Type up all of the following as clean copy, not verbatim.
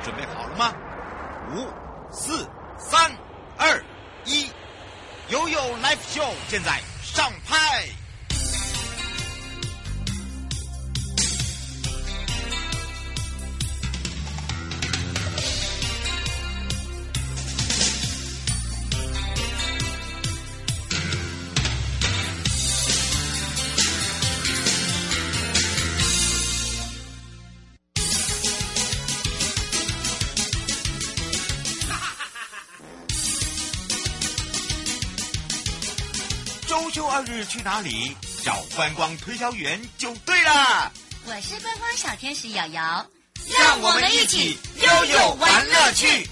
准备好了吗？5、4、3、2、1，悠悠 Live Show 现在上拍。周休2日去哪里？找观光推销员就对了。 我是观光小天使瑶瑶， 让我们一起悠悠玩乐趣。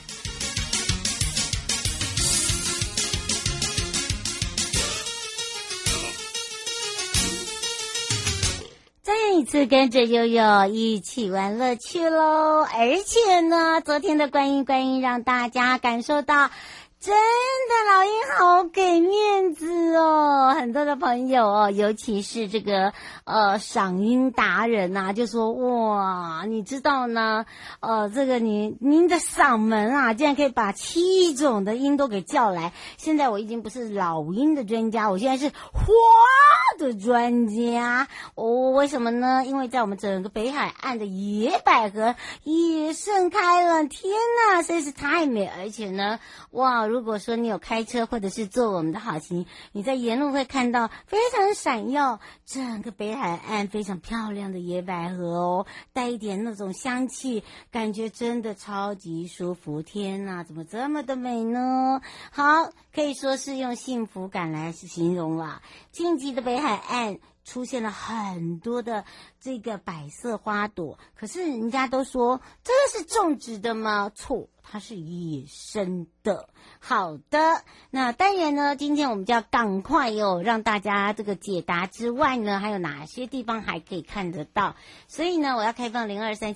再一次跟着悠悠一起玩乐趣喽！而且呢，昨天的观音让大家感受到真的老鹰好给面子哦，很多的朋友哦，尤其是这个赏鹰达人啊，就说哇，你知道呢，这个您的嗓门啊，竟然可以把7种的鹰都给叫来。现在我已经不是老鹰的专家，我现在是花的专家哦。为什么呢？因为在我们整个北海岸的野百合也盛开了，天哪，实在是太美！而且呢，哇，如果说你有开车或者是坐我们的好行，你在沿路会看到非常闪耀整个北海岸非常漂亮的野百合哦，带一点那种香气，感觉真的超级舒服。天哪，怎么这么的美呢？好，可以说是用幸福感来形容了。近期的北海岸出现了很多的这个白色花朵，可是人家都说这是种植的吗？错，它是野生的。好的，那当然呢，今天我们就要赶快让大家这个解答之外呢，还有哪些地方还可以看得到？所以呢，我要开放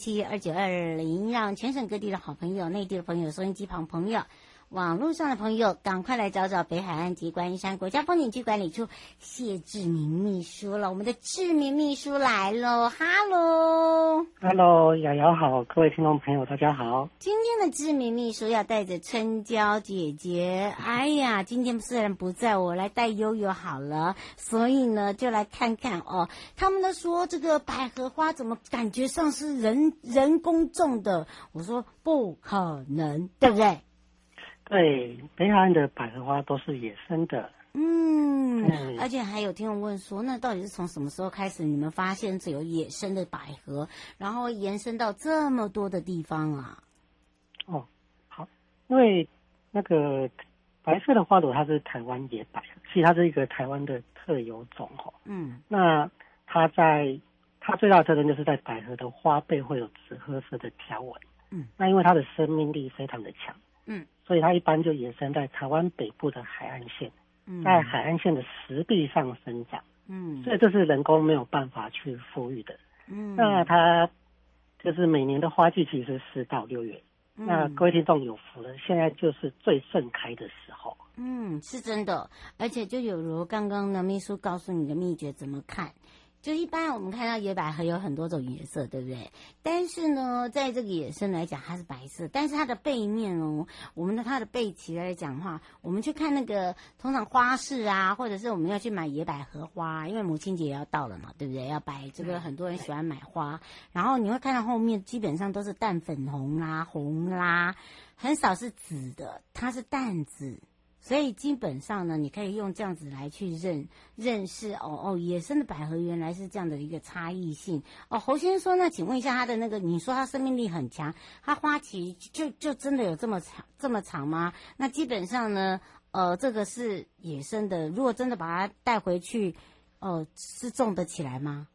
02372920，让全省各地的好朋友、内地的朋友、收音机旁朋友、网络上的朋友赶快来找找北海岸及观音山国家风景区管理处谢志明秘书了。我们的志明秘书来喽，哈喽， 瑶瑶好，各位听众朋友大家好。 今天的志明秘书要带着春娇姐姐，哎呀，今天虽然不在，我来带悠悠好了，所以呢就来看看哦。他们都说这个百合花怎么感觉上是人工种的，我说不可能，对不对？ 对，北海岸的百合花都是野生的。 而且还有听众问说，那到底是从什么时候开始你们发现只有野生的百合，然后延伸到这么多的地方啊？ 哦，好，因为那个白色的花朵它是台湾野百合，其实它是一个台湾的特有种哦。那它最大的特征就是在百合的花背会有紫褐色的条纹。那因为它的生命力非常的强。所以它一般就野生在台湾北部的海岸线，在海岸线的石壁上生长，所以这是人工没有办法去富裕的。那它就是每年的花季其实是4到6月，那各位听众有福了，现在就是最盛开的时候。 是真的，而且就有如刚刚呢秘书告诉你的秘诀怎么看。就一般我们看到野百合有很多种颜色，对不对？但是呢，在这个野生来讲，它是白色，但是它的背面哦，它的背鳍来讲的话，我们去看那个通常花市啊，或者是我们要去买野百合花，因为母亲节也要到了嘛，对不对？要摆这个很多人喜欢买花，然后你会看到后面基本上都是淡粉红啦、红啦，很少是紫的，它是淡紫。所以基本上呢，你可以用这样子来去认识野生的百合原来是这样的一个差异性哦。侯先生说，那请问一下他的那个，你说他生命力很强，他花期就真的有这么长吗？那基本上呢，这个是野生的，如果真的把它带回去，是种得起来吗？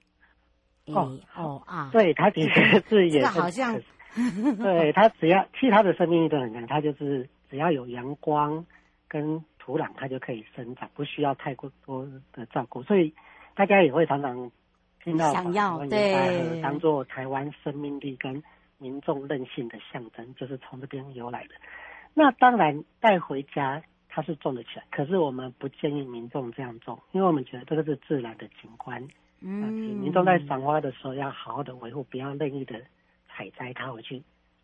对，它的确是野生的， 这个好像对，它其实它的生命力都很强，它就是只要有阳光跟土壤，它就可以生长，不需要太过多的照顾，所以大家也会常常听到想要对当做台湾生命力跟民众韧性的象征，就是从这边由来的。那当然带回家它是种得起来，可是我们不建议民众这样种，因为我们觉得这个是自然的景观。民众在赏花的时候要好好的维护，不要任意的采摘它回去。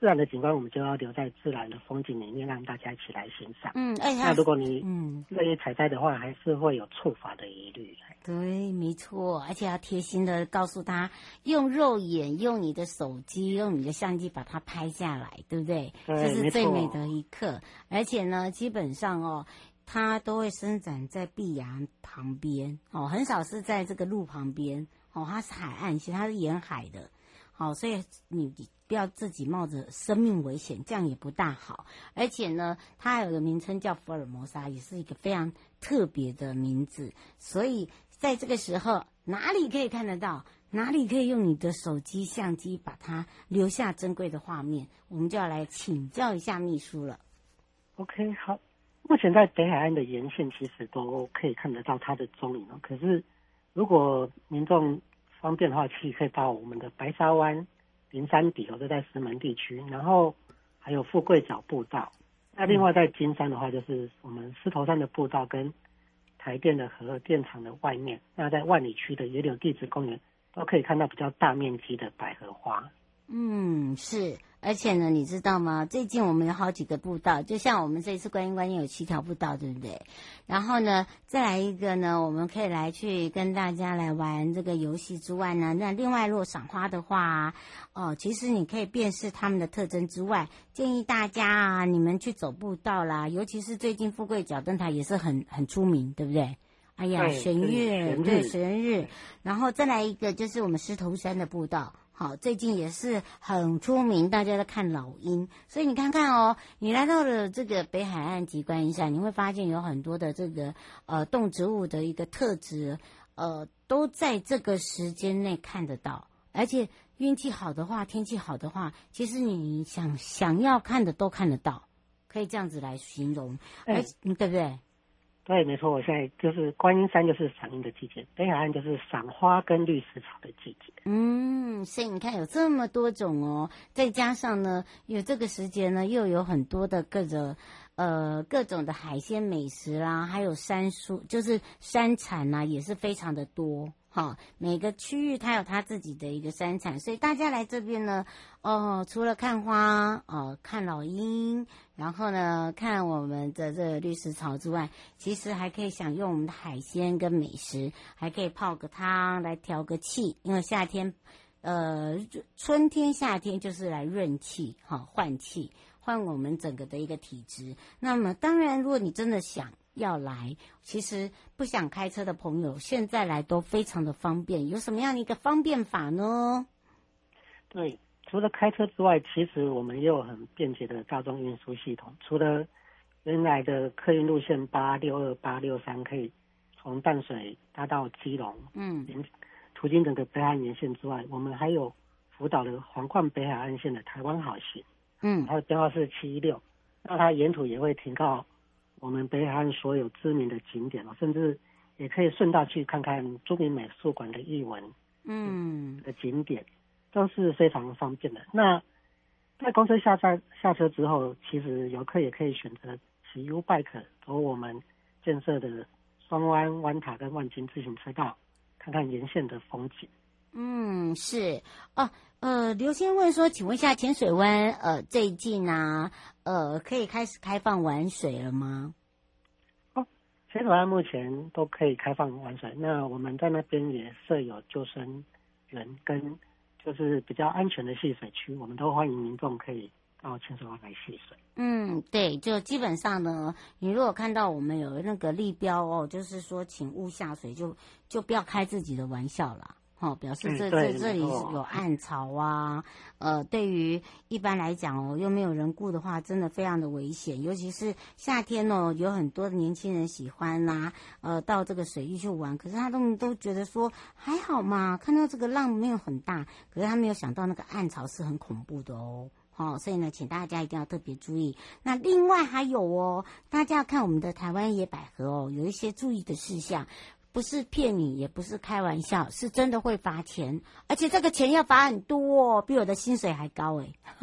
自然的景观我们就要留在自然的风景里面，让大家一起来欣赏。 而且那如果你乐意采摘的话，还是会有触法的疑虑。 对，没错，而且要贴心的告诉他，用肉眼、用你的手机、用你的相机把它拍下来，对不对？这是最美的一刻。而且呢，基本上它都会生长在碧崖旁边，很少是在这个路旁边，它是海岸线，它是沿海的，所以你不要自己冒着生命危险，这样也不大好。而且呢，它还有个名称叫福尔摩沙，也是一个非常特别的名字。所以在这个时候，哪里可以看得到，哪里可以用你的手机相机把它留下珍贵的画面，我们就要来请教一下秘书了。 OK， 好。目前在北海岸的沿线其实都可以看得到它的踪影可是如果民众方便的话，其实可以到我们的白沙湾、林山底就在石门地区，然后还有富贵角步道。那另外在金山的话，就是我们狮头山的步道跟台电的核电厂的外面。那在万里区的野柳地质公园都可以看到比较大面积的百合花。 是。而且呢，你知道吗？最近我们有好几个步道，就像我们这一次观音有7条步道，对不对？然后呢，再来一个呢，我们可以来去跟大家来玩这个游戏之外呢，那另外如果赏花的话其实你可以辨识他们的特征之外，建议大家你们去走步道啦，尤其是最近富贵角灯台也是很出名，对不对？哎呀，弦月，对，弦日，然后再来一个就是我们狮头山的步道。好，最近也是很出名，大家在看老鹰，所以你看看你来到了这个北海岸及观音山，你会发现有很多的这个动植物的一个特质，都在这个时间内看得到，而且运气好的话，天气好的话，其实你想要看的都看得到，可以这样子来形容，对不对？ 对，没错，我现在就是观音山就是赏樱的季节，北海岸就是赏花跟绿石草的季节。 所以你看有这么多种再加上呢，有这个时节呢，又有很多的各种的海鲜美食啦，还有山蔬，就是山产啊，也是非常的多。每个区域它有它自己的一个山产，所以大家来这边呢，除了看花，看老鹰，然后呢看我们的这个绿石草之外，其实还可以享用我们的海鲜跟美食，还可以泡个汤来调个气，因为夏天，春天夏天就是来润气，换气，换我们整个的一个体质。那么当然，如果你真的想要来，其实不想开车的朋友现在来都非常的方便。有什么样的一个方便法呢？ 对，除了开车之外，其实我们也有很便捷的大众运输系统。除了原来的客运路线862、863可以从淡水搭到基隆，途经整个北海岸沿线之外，我们还有辅导的环贯北海岸线的台湾好行，它的编号是716，那它沿途也会停靠我们北海岸所有知名的景点甚至也可以顺道去看看著名美术馆的艺文的景点，都是非常方便的。那在公车下车之后，其实游客也可以选择骑 U-Bike 走我们建设的双湾、湾塔跟万金自行车道，看看沿线的风景。 是刘先问说，请问一下浅水湾最近可以开始开放玩水了吗？ 浅水湾目前都可以开放玩水，那我们在那边也设有救生员跟就是比较安全的戏水区，我们都欢迎民众可以到浅水湾来戏水。 对，就基本上呢，你如果看到我们有那个立标就是说请勿下水，就不要开自己的玩笑啦。表示这里有暗潮啊，对于一般来讲又没有人顾的话，真的非常的危险。尤其是夏天有很多的年轻人喜欢到这个水域去玩，可是他们都觉得说还好嘛，看到这个浪没有很大，可是他没有想到那个暗潮是很恐怖的所以呢，请大家一定要特别注意。那另外还有大家要看我们的台湾野百合有一些注意的事项。不是骗你，也不是开玩笑，是真的会罚钱，而且这个钱要罚很多比我的薪水还高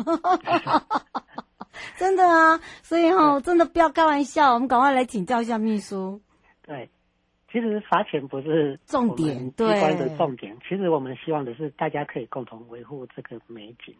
真的啊，所以真的不要开玩笑，我们赶快来请教一下秘书。 对，其实罚钱不是重点， 对，机关的重点，其实我们希望的是大家可以共同维护这个美景因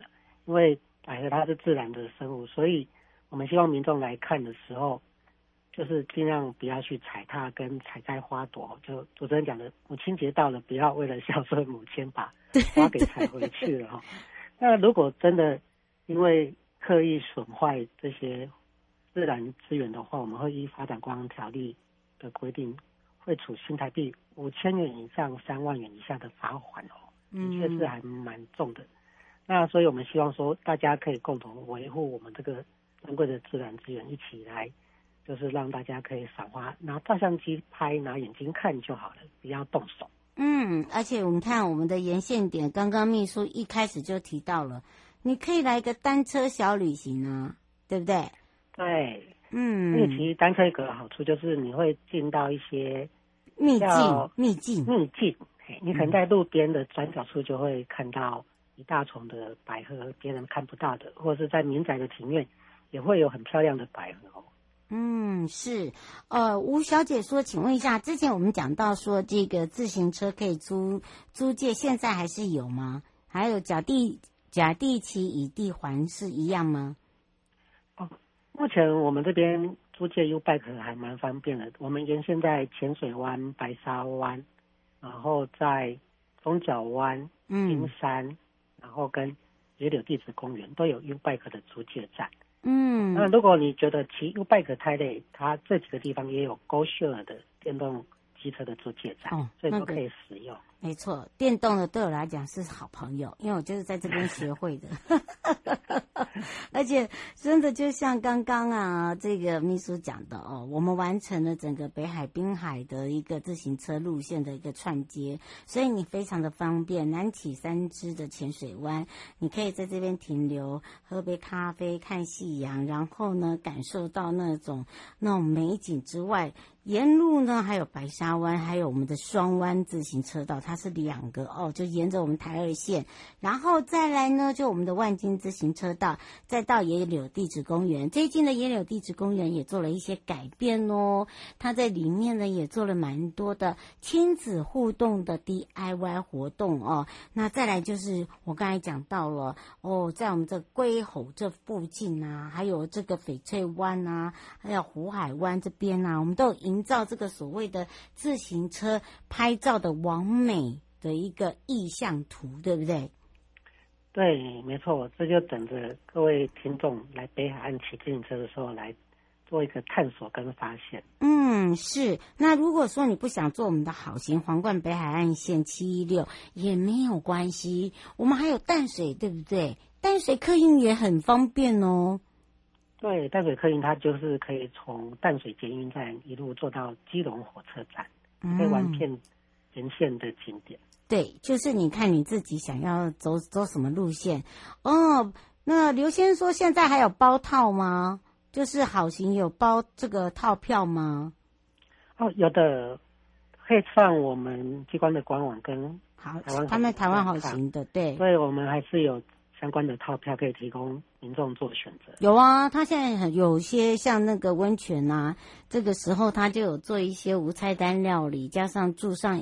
因为百合它是自然的生物，所以我们希望民众来看的时候，就是尽量不要去踩踏跟采摘花朵。就主持人讲的，母亲节到了，不要为了孝顺母亲把花给采回去了哈。那如果真的因为刻意损坏这些自然资源的话，我们会依发展观光条例的规定，会处新台币5000元以上3万元以下的罚款哦，的确是还蛮重的。那所以我们希望说，大家可以共同维护我们这个珍贵的自然资源，一起来，就是让大家可以赏花，拿照相机拍，拿眼睛看就好了，不要动手。 而且我们看我们的沿线点，刚刚秘书一开始就提到了，你可以来一个单车小旅行啊，对不对？ 对，因为其实单车有个好处就是你会进到一些秘境，你可能在路边的转角处就会看到一大丛的百合，别人看不到的，或者是在民宅的庭院也会有很漂亮的百合哦。 是，吴小姐说，请问一下，之前我们讲到说这个自行车可以租借，现在还是有吗？还有甲地骑乙地还是一样吗？ 目前我们这边租借 U-Bike 还蛮方便的，我们沿线在浅水湾、白沙湾，然后在中角湾、金山，然后跟野柳地质公园都有 U-Bike 的租借站。那如果你觉得骑 U-Bike 太累，它这几个地方也有 GoShare 的电动机车的租借站，所以都可以使用。 没错，电动的对我来讲是好朋友，因为我就是在这边学会的。而且真的就像刚刚这个秘书讲的我们完成了整个北海滨海的一个自行车路线的一个串接，所以你非常的方便。南起3支的浅水湾，你可以在这边停留，喝杯咖啡，看夕阳，然后呢感受到那种美景之外，沿路呢还有白沙湾，还有我们的双湾自行车道，它是2个就沿着我们台2线，然后再来呢就我们的万金自行车道，再到野柳地质公园。最近的野柳地质公园也做了一些改变它在里面呢也做了蛮多的亲子互动的 DIY 活动那再来就是我刚才讲到了在我们这龟吼这附近还有这个翡翠湾还有湖海湾这边我们都有营造这个所谓的自行车拍照的完美的一个意象图，对不对？ 对，没错，这就等着各位听众来北海岸骑自行车的时候来做一个探索跟发现。 是。那如果说你不想做我们的好行皇冠北海岸线716也没有关系，我们还有淡水，对不对？淡水客运也很方便对，淡水客运它就是可以从淡水捷运站一路坐到基隆火车站，可以玩遍沿线的景点。 对，就是你看你自己想要走什么路线那刘先生说现在还有包套吗？就是好行有包这个套票吗？ 有的，可以上我们机关的官网跟台湾好行的，对， 所以我们还是有相关的套票可以提供民众做选择。 有他现在有些像那个温泉这个时候他就有做一些无菜单料理，加上住上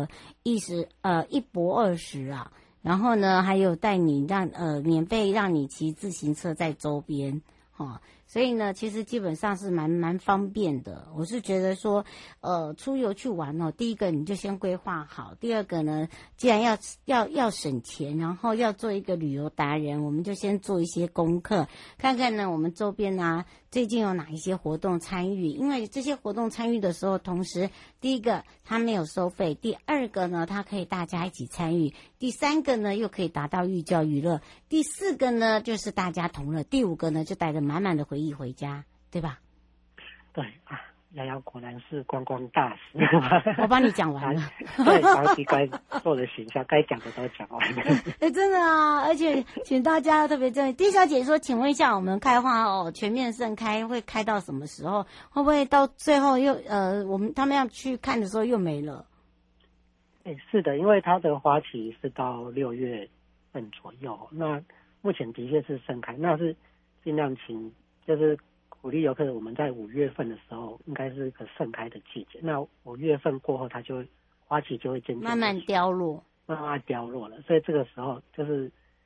1博20然后呢还有带你免费让你骑自行车在周边所以呢其实基本上是蛮方便的。我是觉得说出游去玩第一个你就先规划好，第二个呢既然要省钱，然后要做一个旅游达人，我们就先做一些功课，看看呢我们周边最近有哪一些活动参与。因为这些活动参与的时候，同时第一个它没有收费，第二个呢它可以大家一起参与，第三个呢又可以达到寓教于乐，第四个呢就是大家同乐，第五个呢就带着满满的回忆回家，对吧？ 对瑶瑶果然是观光大师。 我帮你讲完了。 对，长期该做的形象，该讲的都讲完了。 真的而且请大家特别注意。丁小姐说，请问一下，我们开花全面盛开会开到什么时候？会不会到最后又他们要去看的时候又没了？ 是的，因为它的花期是到6月份左右，那目前的确是盛开，那是尽量就是鼓励游客，我们在5月份的时候应该是一个盛开的季节。那5月份过后，它就花期就会渐渐慢慢凋落， 了。所以这个时候就是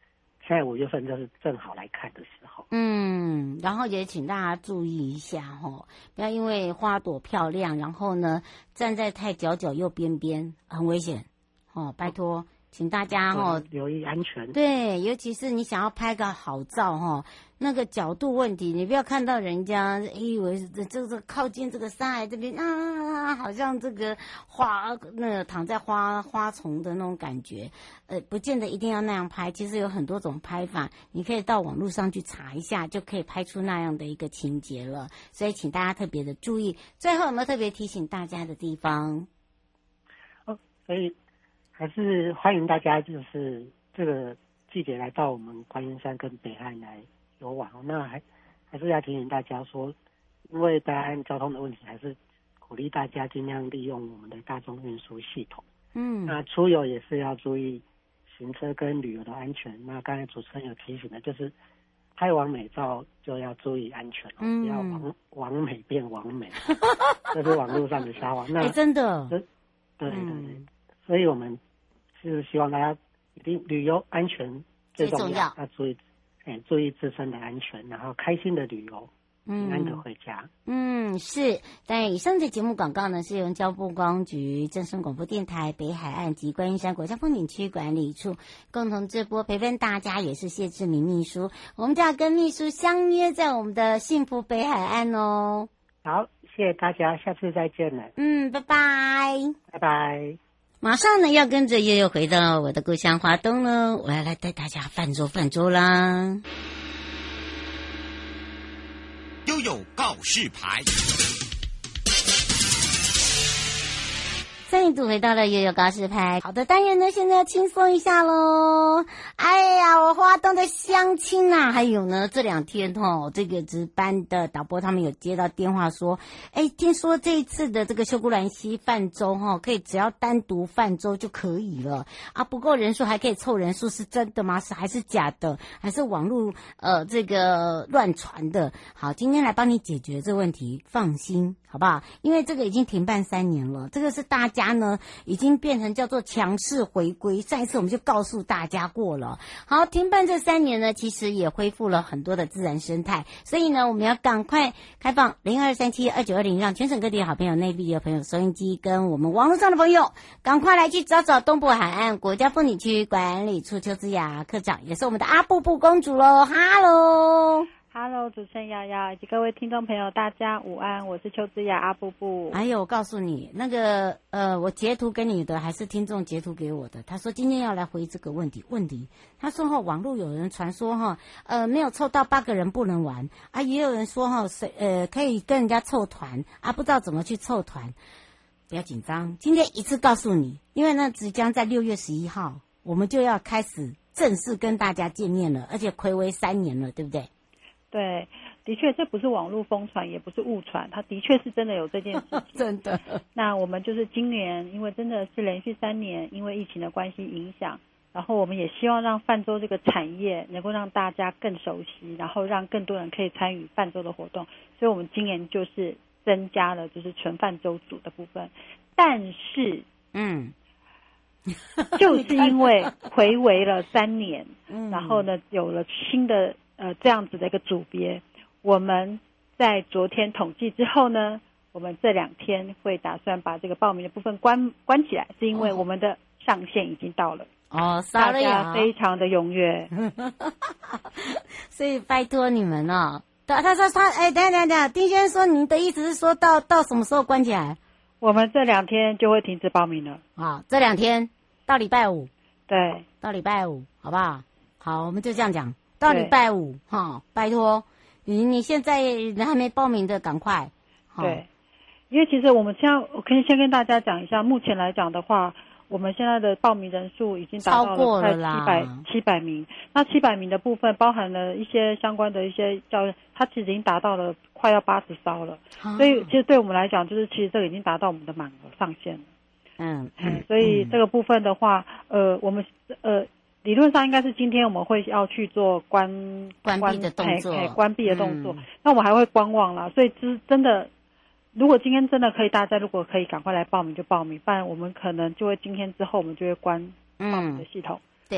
现在5月份就是正好来看的时候。 然后也请大家注意一下不要因为花朵漂亮，然后呢站在太角右边边，很危险拜托。请大家留意安全。 对，尤其是你想要拍个好照那个角度问题，你不要看到人家以为这个靠近这个山海这边好像这个花那个躺在花丛的那种感觉，不见得一定要那样拍。其实有很多种拍法，你可以到网络上去查一下，就可以拍出那样的一个情节了。所以请大家特别的注意。最后有没有特别提醒大家的地方？ 所以还是欢迎大家就是这个季节来到我们观音山跟北岸来游玩。那还是要提醒大家说，因为北岸交通的问题，还是鼓励大家尽量利用我们的大众运输系统。那出游也是要注意行车跟旅游的安全。那刚才主持人有提醒的，就是拍完美照就要注意安全不要往美变完美，这是网络上的瞎话。那真的， 对，所以我们是希望大家一定旅游安全最重要，要注意自身的安全，然后开心的旅游，平安的回家。 是。但以上的节目广告呢，是由交通观光局、正声广播电台、北海岸及观音山国家风景区管理处共同直播，陪伴大家也是谢志明秘书。我们就要跟秘书相约在我们的幸福北海岸哦。 好，谢谢大家，下次再见了。 拜拜， 拜拜。 马上呢要跟着悠悠回到我的故乡华东了，我要来带大家泛舟啦。 悠悠告示牌。 再度回到了悠悠告示牌。好的，当然呢，现在要轻松一下咯。哎呀，我花东的乡亲啊，还有呢，这2天这个值班的导播他们有接到电话说，听说这一次的这个秀姑峦溪泛舟可以只要单独泛舟就可以了啊，不够人数还可以凑人数，是真的吗？还是假的？还是网络这个乱传的？好，今天来帮你解决这个问题，放心好不好？因为这个已经停办3年了，这个是大家呢已经变成叫做强势回归，上一次我们就告诉大家过了。好，停办这3年呢，其实也恢复了很多的自然生态，所以呢，我们要赶快开放02372920，让全省各地的好朋友、内地的朋友、收音机跟我们网络上的朋友，赶快来去找找东部海岸国家风景区管理处邱姿雅科长，也是我们的阿布布公主咯。 Hello， 主持人瑶瑶以及各位听众朋友，大家午安，我是邱姿雅阿布布。 哎呦，我告诉你，那个我截图给你的，还是听众截图给我的。他说今天要来回这个问题。他说网络有人传说没有凑到8个人不能玩啊，也有人说可以跟人家凑团啊，不知道怎么去凑团。不要紧张，今天一次告诉你，因为呢，即将在6月11号，我们就要开始正式跟大家见面了，而且睽违3年了，对不对？ 对，的确这不是网络疯传，也不是误传，它的确是真的有这件事情。 真的。 那我们就是今年，因为真的是连续3年，因为疫情的关系影响，然后我们也希望让泛舟这个产业能够让大家更熟悉，然后让更多人可以参与泛舟的活动，所以我们今年就是增加了就是纯泛舟组的部分。但是就是因为睽违了3年然后呢有了新的这样子的一个组别，我们在昨天统计之后呢，我们这2天会打算把这个报名的部分关起来，是因为我们的上限已经到了。 大家非常的踊跃。 所以拜托你们他说等丁先生说你的意思是说到什么时候关起来？ 我们这2天就会停止报名了。 这2天到礼拜5。 对， 到礼拜5，好不好？好，我们就这样讲，到礼拜5拜托你现在还没报名的赶快。 对，因为其实我可以先跟大家讲一下，目前来讲的话，我们现在的报名人数已经达到了快700名。那700名的部分包含了一些相关的一些教练，它其实已经达到了快要80艘了。所以其实对我们来讲，就是其实这个已经达到我们的满额上限了。所以这个部分的话，我们理论上应该是今天我们会要去做关闭的动作，关闭的动作。那我们还会观望啦，所以真的，如果今天真的可以，大家如果可以赶快来报名就报名，不然我们可能就会今天之后我们就会关报名的系统。 对，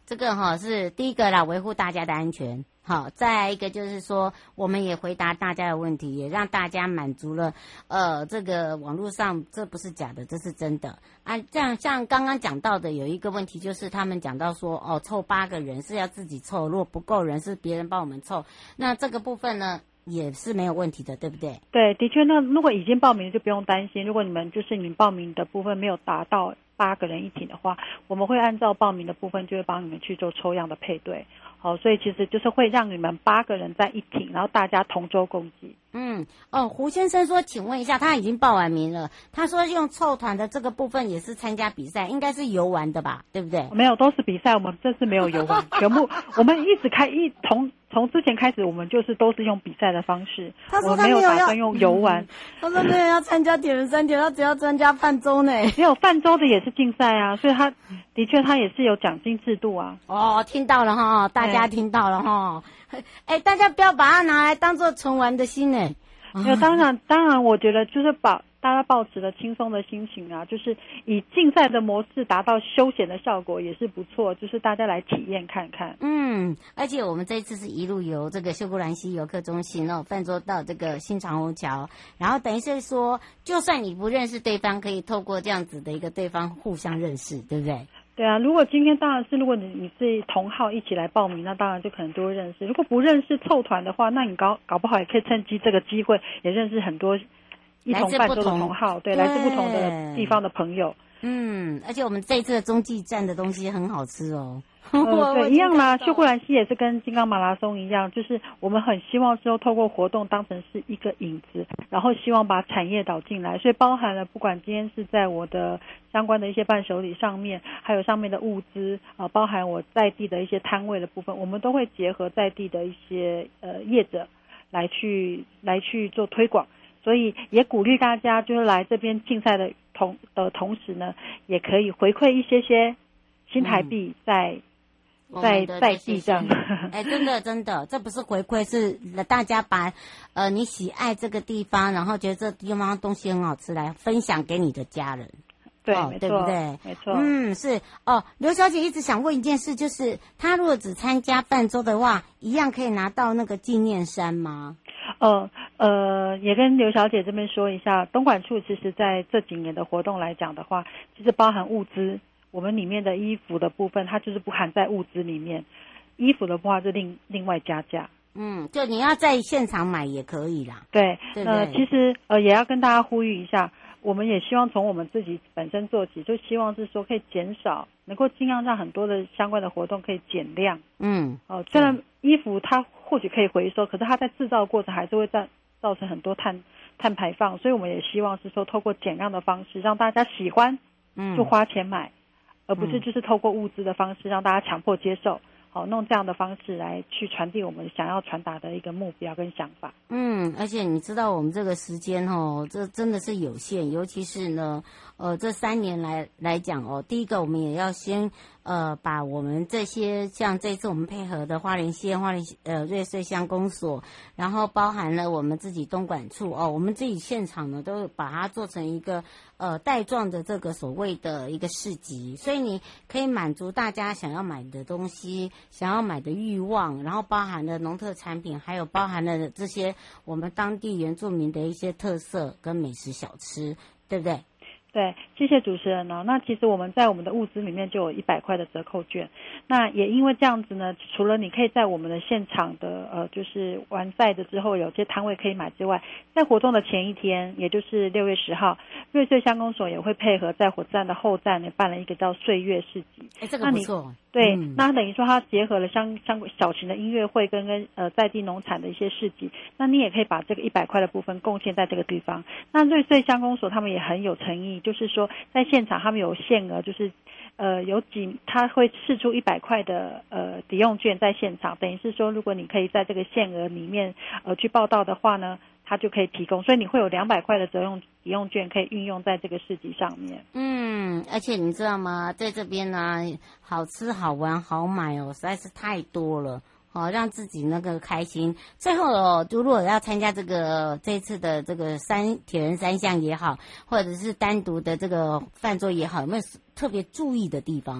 这个是第一个啦，维护大家的安全。好，再来一个就是说，我们也回答大家的问题，也让大家满足了。这个网络上这不是假的，这是真的啊。这样像刚刚讲到的有一个问题，就是他们讲到说，凑8个人是要自己凑，如果不够人是别人帮我们凑。那这个部分呢，也是没有问题的，对不对？ 对，的确，那如果已经报名就不用担心。如果你们报名的部分没有达到8个人一艇的话，我们会按照报名的部分就会帮你们去做抽样的配对。好，所以其实就是会让你们8个人在一艇，然后大家同舟共济。 胡先生说，请问一下，他已经报完名了。他说用凑团的这个部分也是参加比赛，应该是游玩的吧，对不对？ 没有，都是比赛，我们这次没有游玩，全部我们一直从之前开始，我们都是用比赛的方式。 他说他没有打算用游玩。 他说没有要参加铁人3铁，他只要参加泛舟呢。 没有泛舟的也是竞赛啊，所以他的确他也是有奖金制度啊。 听到了哈，大家听到了哈。大家不要把它拿来当做纯玩的心呢。 当然，我觉得就是把大家抱持了轻松的心情啊，就是以竞赛的模式达到休闲的效果也是不错，就是大家来体验看看。 而且我们这一次是一路由这个秀姑兰溪游客中心泛舟到这个新长虹桥，然后等于是说，就算你不认识对方，可以透过这样子的一个对方互相认识，对不对？ 对啊，如果今天当然是如果你是同好一起来报名，那当然就可能都会认识。如果不认识凑团的话，那你搞不好也可以趁机这个机会也认识很多一同泛舟的同好，对，来自不同的地方的朋友。 而且我们这一次的中继站的东西很好吃哦。 对，一样啦。秀姑兰溪也是跟金刚马拉松一样，就是我们很希望之后透过活动当成是一个引子，然后希望把产业导进来，所以包含了不管今天是在我的相关的一些伴手礼上面，还有上面的物资包含我在地的一些摊位的部分，我们都会结合在地的一些业者来去做推广。所以也鼓励大家就是来这边竞赛的同时呢，也可以回馈一些新台币在地这样。 真的，这不是回馈，是大家把你喜爱这个地方，然后觉得这地方东西很好吃，来分享给你的家人。 对， 对不对？ 没错。 是刘小姐一直想问一件事，就是她如果只参加泛舟的话，一样可以拿到那个纪念衫吗？ 也跟刘小姐这边说一下，东莞处其实在这几年的活动来讲的话，其实包含物资，我们里面的衣服的部分它就是不含在物资里面，衣服的话是另外加价。 就你要在现场买也可以啦。 对，其实也要跟大家呼吁一下，我们也希望从我们自己本身做起，就希望是说可以减少，能够尽量让很多的相关的活动可以减量。虽然衣服它或许可以回收，可是它在制造过程还是会造成很多碳排放，所以我们也希望是说透过减量的方式，让大家喜欢就花钱买，而不是就是透过物资的方式让大家强迫接受。弄这样的方式来去传递我们想要传达的一个目标跟想法。 而且你知道我们这个时间这真的是有限，尤其是呢这3年来讲第一个我们也要先把我们这些像这次我们配合的花莲县瑞穗乡公所，然后包含了我们自己东莞处我们自己现场呢都把它做成一个带状的这个所谓的一个市集，所以你可以满足大家想要买的东西，想要买的欲望，然后包含了农特产品，还有包含了这些我们当地原住民的一些特色跟美食小吃，对不对？ 对，谢谢主持人那其实我们在我们的物资里面就有100块的折扣券。那也因为这样子呢，除了你可以在我们的现场的就是完赛的之后有些摊位可以买之外，在活动的前一天，也就是6月10号，瑞穗乡公所也会配合在火车站的后站办了一个叫岁月市集。 这个不错。 对，那等于说它结合了像小型的音乐会跟在地农产的一些市集，那你也可以把这个100块的部分贡献在这个地方。那瑞穗乡公所他们也很有诚意，就是说在现场他们有限额，就是他会释出100块的抵用券在现场，等于是说如果你可以在这个限额里面去报到的话呢，它就可以提供，所以你会有200块的抵用券可以运用在这个市集上面。 而且你知道吗，在这边呢好吃好玩好买实在是太多了让自己那个开心。最后如果要参加这次的这个铁人3项也好，或者是单独的这个泛舟也好，有没有特别注意的地方？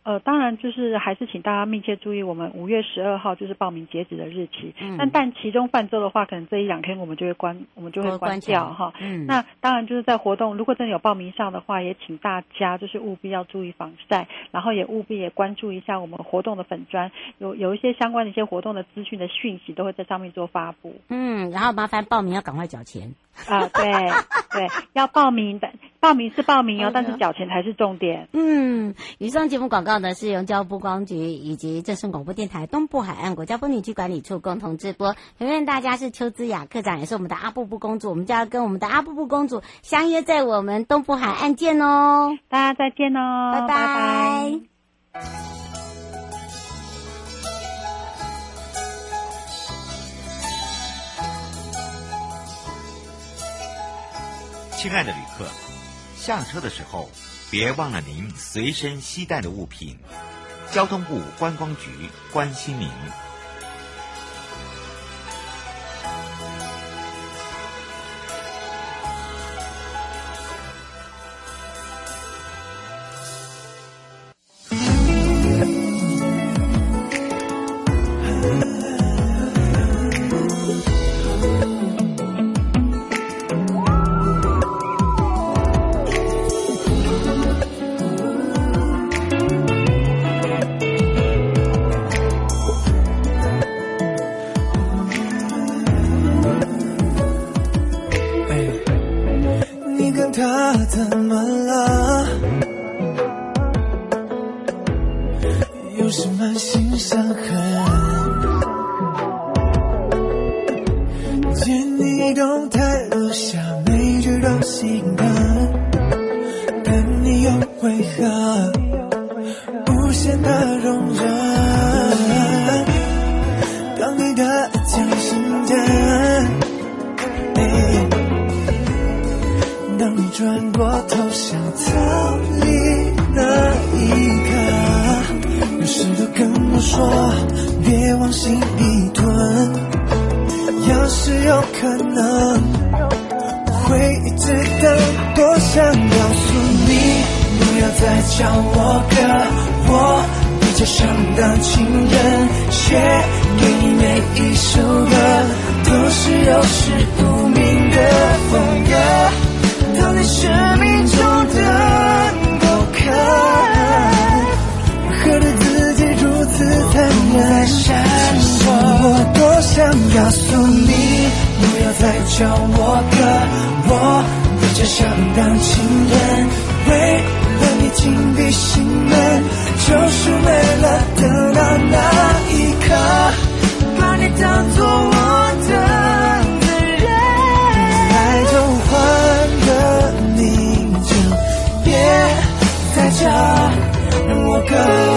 当然就是还是请大家密切注意，我们5月12号就是报名截止的日期。但其中泛舟的话，可能这1-2天我们就会关掉哈。那当然就是在活动，如果真的有报名上的话，也请大家就是务必要注意防晒，然后也务必也关注一下我们活动的粉专，有一些相关的一些活动的资讯的讯息都会在上面做发布。 然后麻烦报名要赶快缴钱。 对，要报名的，报名是报名哦，但是缴钱才是重点。 以上节目广告呢是由交通光局以及正声广播电台东部海岸国家风景区管理处共同直播。陪伴大家是邱姿雅科长，也是我们的阿布布公主，我们就要跟我们的阿布布公主相约在我们东部海岸见哦， 大家再见哦， 拜拜。 亲爱的旅客，下车的时候别忘了您随身携带的物品。交通部观光局关心您。 怎么了？有什么心伤痕？见你动态留下每句都心疼，但你又为何无限的容忍？当你的将心灯，当你转过头想逃离那一刻，有时都跟我说别往心里吞，要是有可能会一直等，多想告诉你不要再叫我哥，我比较想当情人，写给你每一首歌都是有始无明的风格，当你生命中的过客，何得自己如此残忍闪烁？我多想告诉你不要再叫我哥，我比较想当情人，为了你紧闭心门，就是为了等到那一刻，把你当作我的男人，爱就换个你就别再叫让我哥